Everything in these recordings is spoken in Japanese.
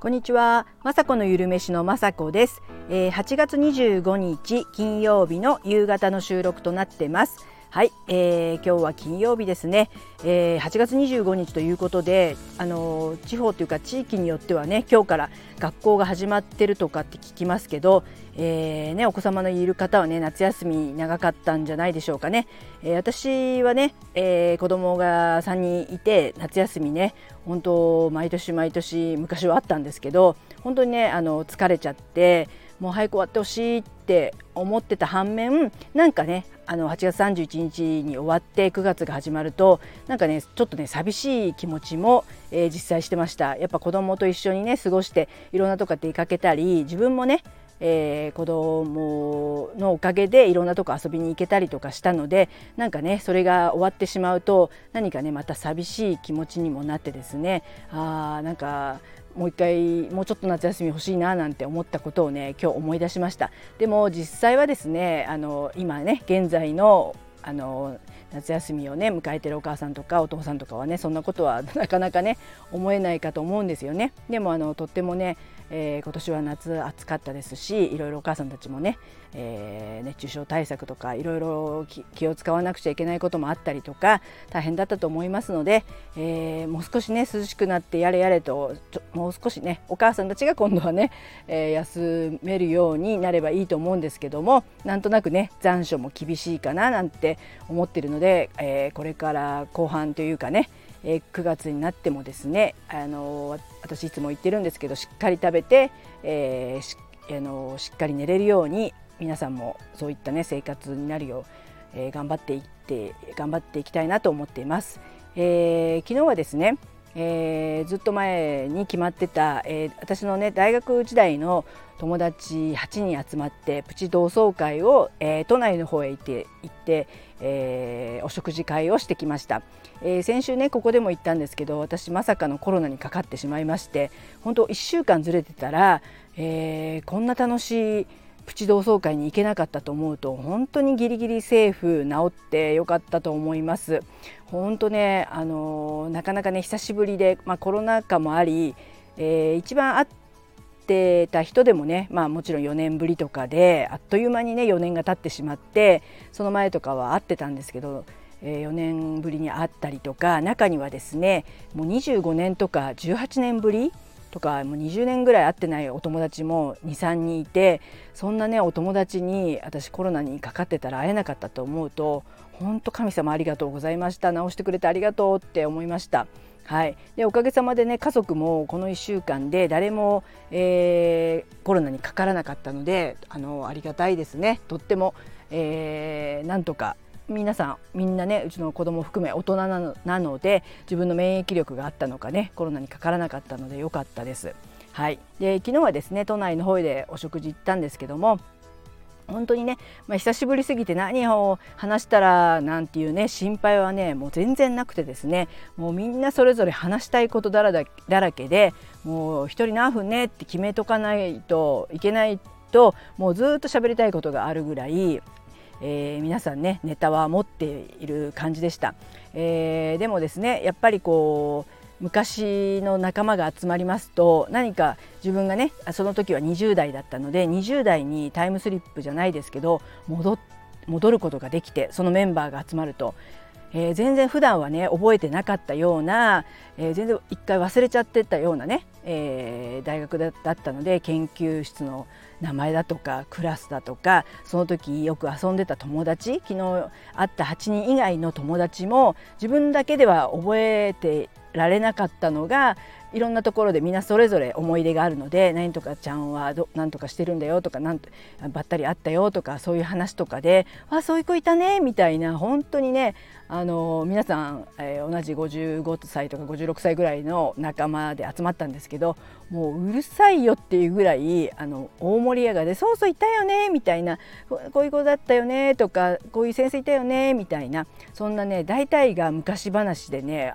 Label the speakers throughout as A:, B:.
A: こんにちは、まさこのゆるめしのまさこです。8月25日金曜日の夕方の収録となってます。はい、今日は金曜日ですね。8月25日ということで、地方というか地域によってはね、今日から学校が始まってるとかって聞きますけど、お子様のいる方はね、夏休み長かったんじゃないでしょうかね。私はね、子供が3人いて、夏休みね、本当毎年昔はあったんですけど、本当にね疲れちゃって、もう早く終わってほしいって思ってた反面、なんかね8月31日に終わって9月が始まると、なんかねちょっとね寂しい気持ちも、実際してました。やっぱ子供と一緒にね過ごして、いろんなとこ出かけたり、自分もね子供のおかげでいろんなとこ遊びに行けたりとかしたので、なんかねそれが終わってしまうと、何かねまた寂しい気持ちにもなってですね、なんかもう一回もうちょっと夏休み欲しいななんて思ったことをね今日思い出しました。でも実際はですね、今ね現在の夏休みをね迎えてるお母さんとかお父さんとかはね、そんなことはなかなかね思えないかと思うんですよね。でもとってもね、今年は夏暑かったですし、いろいろお母さんたちもね、熱中症対策とかいろいろ気を使わなくちゃいけないこともあったりとか大変だったと思いますので、もう少しね涼しくなってやれやれと、もう少しねお母さんたちが今度はね、休めるようになればいいと思うんですけども、なんとなくね残暑も厳しいかななんて思ってるので、これから後半というかね、9月になってもですね、私いつも言ってるんですけど、しっかり食べて、しっかり寝れるように、皆さんもそういったね生活になるよう、頑張っていきたいなと思っています。昨日はですね、ずっと前に決まってた、私のね大学時代の友達8人集まってプチ同窓会を、都内の方へ行って、お食事会をしてきました。先週ねここでも言ったんですけど、私まさかのコロナにかかってしまいまして、本当1週間ずれてたら、こんな楽しいプチ同窓会に行けなかったと思うと、本当にギリギリセーフ治ってよかったと思います。本当ね、なかなかね久しぶりで、コロナ禍もあり、一番会ってた人でもね、もちろん4年ぶりとかで、あっという間にね4年が経ってしまって、その前とかは会ってたんですけど、4年ぶりに会ったりとか、中にはですねもう25年とか18年ぶりとか、もう20年ぐらい会ってないお友達も 2,3 人いて、そんなねお友達に私コロナにかかってたら会えなかったと思うと、本当神様ありがとうございました、治してくれてありがとうって思いました。はい、でおかげさまでね家族もこの1週間で誰も、コロナにかからなかったので、ありがたいですね。とっても、なんとか皆さんみんなね、うちの子供含め大人なので、自分の免疫力があったのかね、コロナにかからなかったので良かったです。はい、で昨日はですね都内の方でお食事行ったんですけども、本当にね、久しぶりすぎて何を話したらなんていうね心配はねもう全然なくてですね、もうみんなそれぞれ話したいことだらけで、もう一人何分ねって決めとかないといけないと、もうずっと喋りたいことがあるぐらい、皆さんねネタは持っている感じでした。でもですねやっぱりこう昔の仲間が集まりますと、何か自分がねその時は20代だったので、20代にタイムスリップじゃないですけど戻ることができて、そのメンバーが集まると、全然普段はね覚えてなかったような、全然一回忘れちゃってたようなね、大学だったので、研究室の名前だとかクラスだとか、その時よく遊んでた友達、昨日会った8人以外の友達も自分だけでは覚えてられなかったのが、いろんなところでみんなそれぞれ思い出があるので、何とかちゃんは何とかしてるんだよとか、ばったり会ったよとか、そういう話とかで、そういう子いたねみたいな、本当にね皆さん、同じ55歳とか56歳ぐらいの仲間で集まったんですけど、もううるさいよっていうぐらい大盛り上がりで、そうそういたよねみたいな、こういう子だったよねとか、こういう先生いたよねみたいな、そんなね大体が昔話でね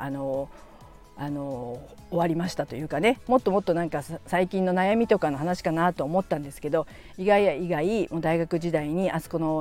A: 終わりましたというかね、もっともっとなんか最近の悩みとかの話かなと思ったんですけど、意外もう大学時代にあそこの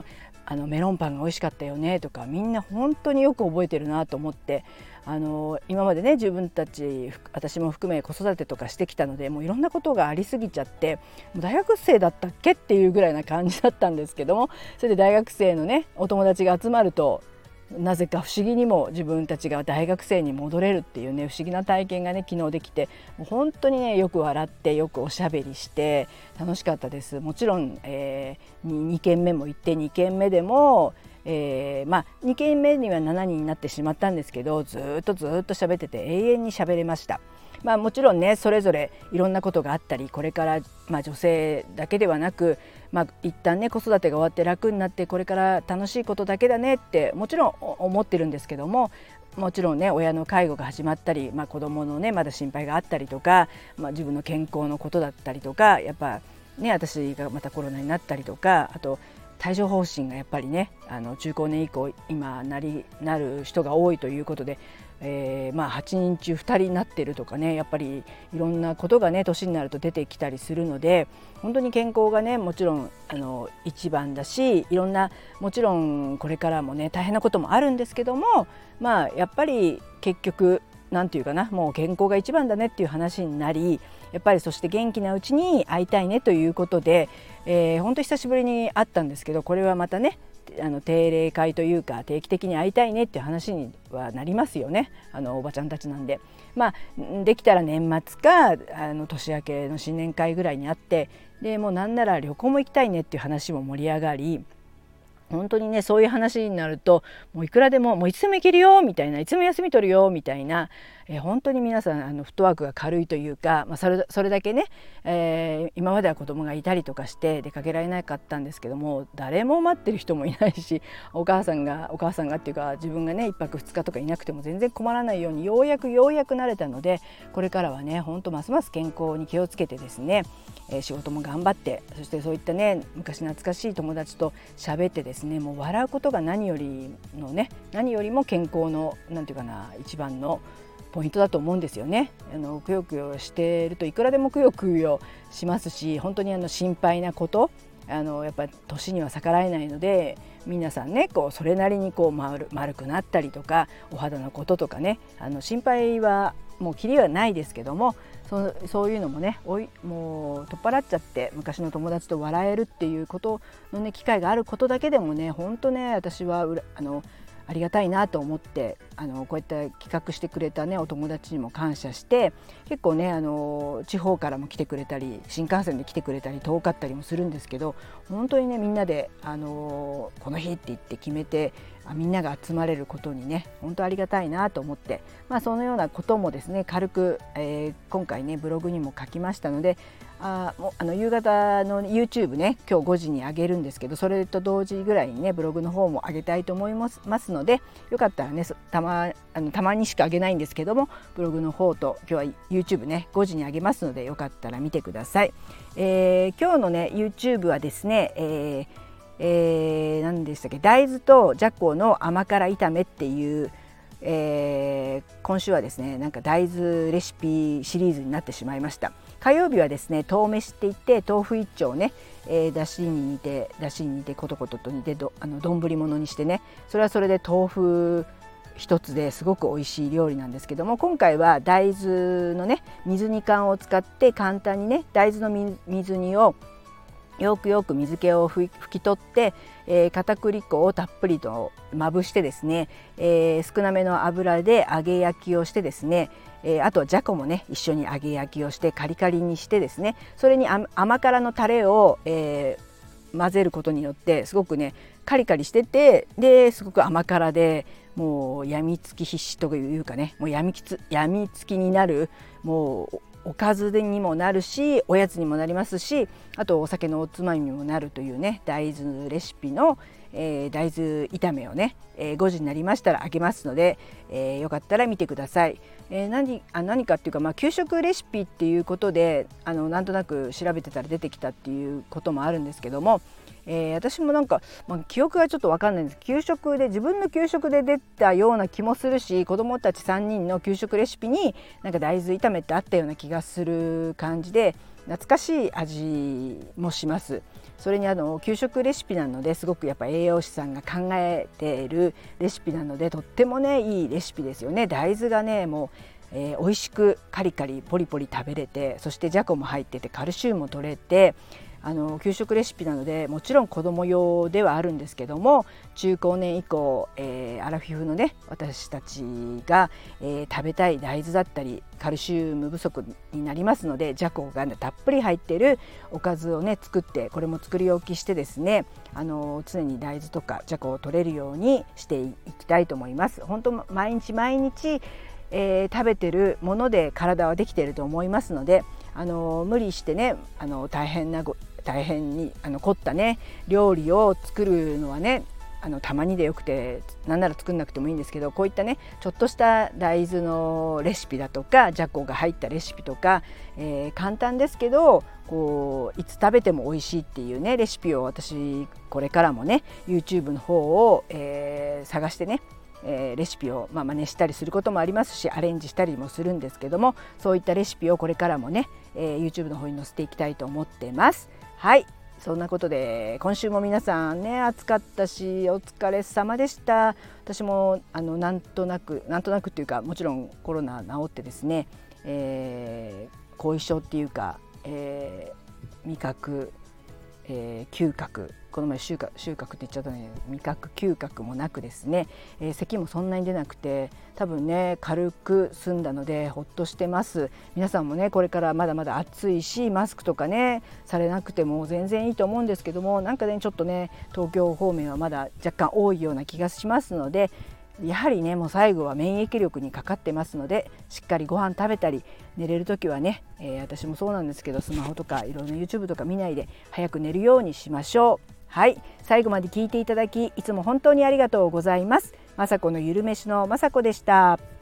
A: メロンパンが美味しかったよねとか、みんな本当によく覚えてるなと思って、今までね自分たち私も含め子育てとかしてきたので、もういろんなことがありすぎちゃって、大学生だったっけっていうぐらいな感じだったんですけども、それで大学生のねお友達が集まると、なぜか不思議にも自分たちが大学生に戻れるっていうね不思議な体験がね昨日できて、もう本当にねよく笑ってよくおしゃべりして楽しかったです。もちろん、2軒目も行って、2軒目でも、2軒目には7人になってしまったんですけど、ずっと喋ってて永遠に喋れました。もちろんねそれぞれいろんなことがあったり、これから、女性だけではなく、一旦ね子育てが終わって楽になって、これから楽しいことだけだねってもちろん思ってるんですけども、もちろんね親の介護が始まったり、子供のねまだ心配があったりとか、自分の健康のことだったりとか、やっぱね私がまたコロナになったりとか、あと帯状疱疹がやっぱりね中高年以降今なる人が多いということで、8人中2人になってるとかね、やっぱりいろんなことがね年になると出てきたりするので、本当に健康がねもちろん一番だし、いろんなもちろんこれからもね大変なこともあるんですけども、やっぱり結局なんていうかな、もう健康が一番だねっていう話になり、やっぱりそして元気なうちに会いたいねということで、本当久しぶりに会ったんですけど、これはまたね定例会というか定期的に会いたいねっていう話にはなりますよね、おばちゃんたちなんで。できたら年末か年明けの新年会ぐらいに会って、でもうなんなら旅行も行きたいねっていう話も盛り上がり、本当にねそういう話になると、もういくらでももういつでも行けるよみたいな、いつでも休み取るよみたいな、本当に皆さんフットワークが軽いというか、それだけね、今までは子供がいたりとかして出かけられなかったんですけども、誰も待ってる人もいないし、お母さんがっていうか自分がね1泊2日とかいなくても全然困らないようにようやく慣れたので、これからはね本当ますます健康に気をつけてですね、仕事も頑張って、そしてそういったね昔懐かしい友達と喋ってですね、もう笑うことが何よりも健康のなんていうかな一番のポイントだと思うんですよね。くよくよしているといくらでもくよくよしますし、本当に心配なことやっぱり年には逆らえないので、皆さんねそれなりに丸くなったりとか、お肌のこととかね心配はもうキリはないですけども、そういうのもねもう取っ払っちゃって、昔の友達と笑えるっていうことのね機会があることだけでもね、本当ね私はありがたいなと思って、こうやって企画してくれたねお友達にも感謝して、結構ね地方からも来てくれたり、新幹線で来てくれたり遠かったりもするんですけど、本当にねみんなでこの日って言って決めてみんなが集まれることにね本当ありがたいなと思って、そのようなこともですね軽く、今回ねブログにも書きましたので、夕方の YouTube ね今日5時に上げるんですけど、それと同時ぐらいにねブログの方も上げたいと思いますので、よかったらねたまにしか上げないんですけども、ブログの方と今日は YouTube ね5時に上げますので、よかったら見てください。今日のね YouTube はですね、何でしたっけ、大豆とじゃこの甘辛炒めっていう、今週はですねなんか大豆レシピシリーズになってしまいました。火曜日はですね豆飯って言って豆腐一丁ね、だしに煮てコトコトと煮て丼物にしてね、それはそれで豆腐一つですごく美味しい料理なんですけども、今回は大豆のね水煮缶を使って簡単にね大豆の水煮をよく水気を拭き取って、片栗粉をたっぷりとまぶしてですね、少なめの油で揚げ焼きをしてですね、あとじゃこもね一緒に揚げ焼きをしてカリカリにしてですね、それに甘辛のタレを、混ぜることによってすごくねカリカリしてて、ですごく甘辛でもうやみつき必至というかね、もうやみつきになる、もうおかずにもなるしおやつにもなりますし、あとお酒のおつまみにもなるというね大豆レシピの、大豆炒めをね、5時になりましたらあげますので、よかったら見てください。何かっていうか、給食レシピっていうことでなんとなく調べてたら出てきたっていうこともあるんですけども、 私もなんか、記憶がちょっと分かんないんです。自分の給食で出たような気もするし、子どもたち3人の給食レシピになんか大豆炒めってあったような気がする感じで、懐かしい味もします。それに給食レシピなので、すごくやっぱ栄養士さんが考えているレシピなので、とってもねいいレシピですよね。大豆がねもう、美味しくカリカリポリポリ食べれて、そしてじゃこも入っててカルシウムも取れて、給食レシピなのでもちろん子ども用ではあるんですけども、中高年以降、アラフィフのね私たちが、食べたい大豆だったりカルシウム不足になりますので、じゃこが、たっぷり入っているおかずをね作って、これも作り置きしてですね、常に大豆とかじゃこを取れるようにしていきたいと思います。本当毎日毎日食べてるもので体はできていると思いますので、無理してね大変に凝ったね料理を作るのはねたまにでよくて、なんなら作んなくてもいいんですけど、こういったねちょっとした大豆のレシピだとかじゃこが入ったレシピとか、簡単ですけどいつ食べても美味しいっていうねレシピを私これからもね YouTube の方を、探してねレシピを真似したりすることもありますし、アレンジしたりもするんですけども、そういったレシピをこれからもね、YouTube の方に載せていきたいと思ってます。はい、そんなことで今週も皆さんね暑かったしお疲れ様でした。私もなんとなくっていうか、もちろんコロナ治ってですね、後遺症っていうか、味覚、嗅覚、この前収穫って言っちゃったね、味覚嗅覚もなくですね、咳もそんなに出なくて、多分ね軽く済んだのでほっとしてます。皆さんもねこれからまだまだ暑いし、マスクとかねされなくても全然いいと思うんですけども、なんかねちょっとね東京方面はまだ若干多いような気がしますので、やはりねもう最後は免疫力にかかってますので、しっかりご飯食べたり寝れる時はね、私もそうなんですけどスマホとかいろんな YouTube とか見ないで早く寝るようにしましょう。はい、最後まで聞いていただきいつも本当にありがとうございます。まさこのゆるめしのまさこでした。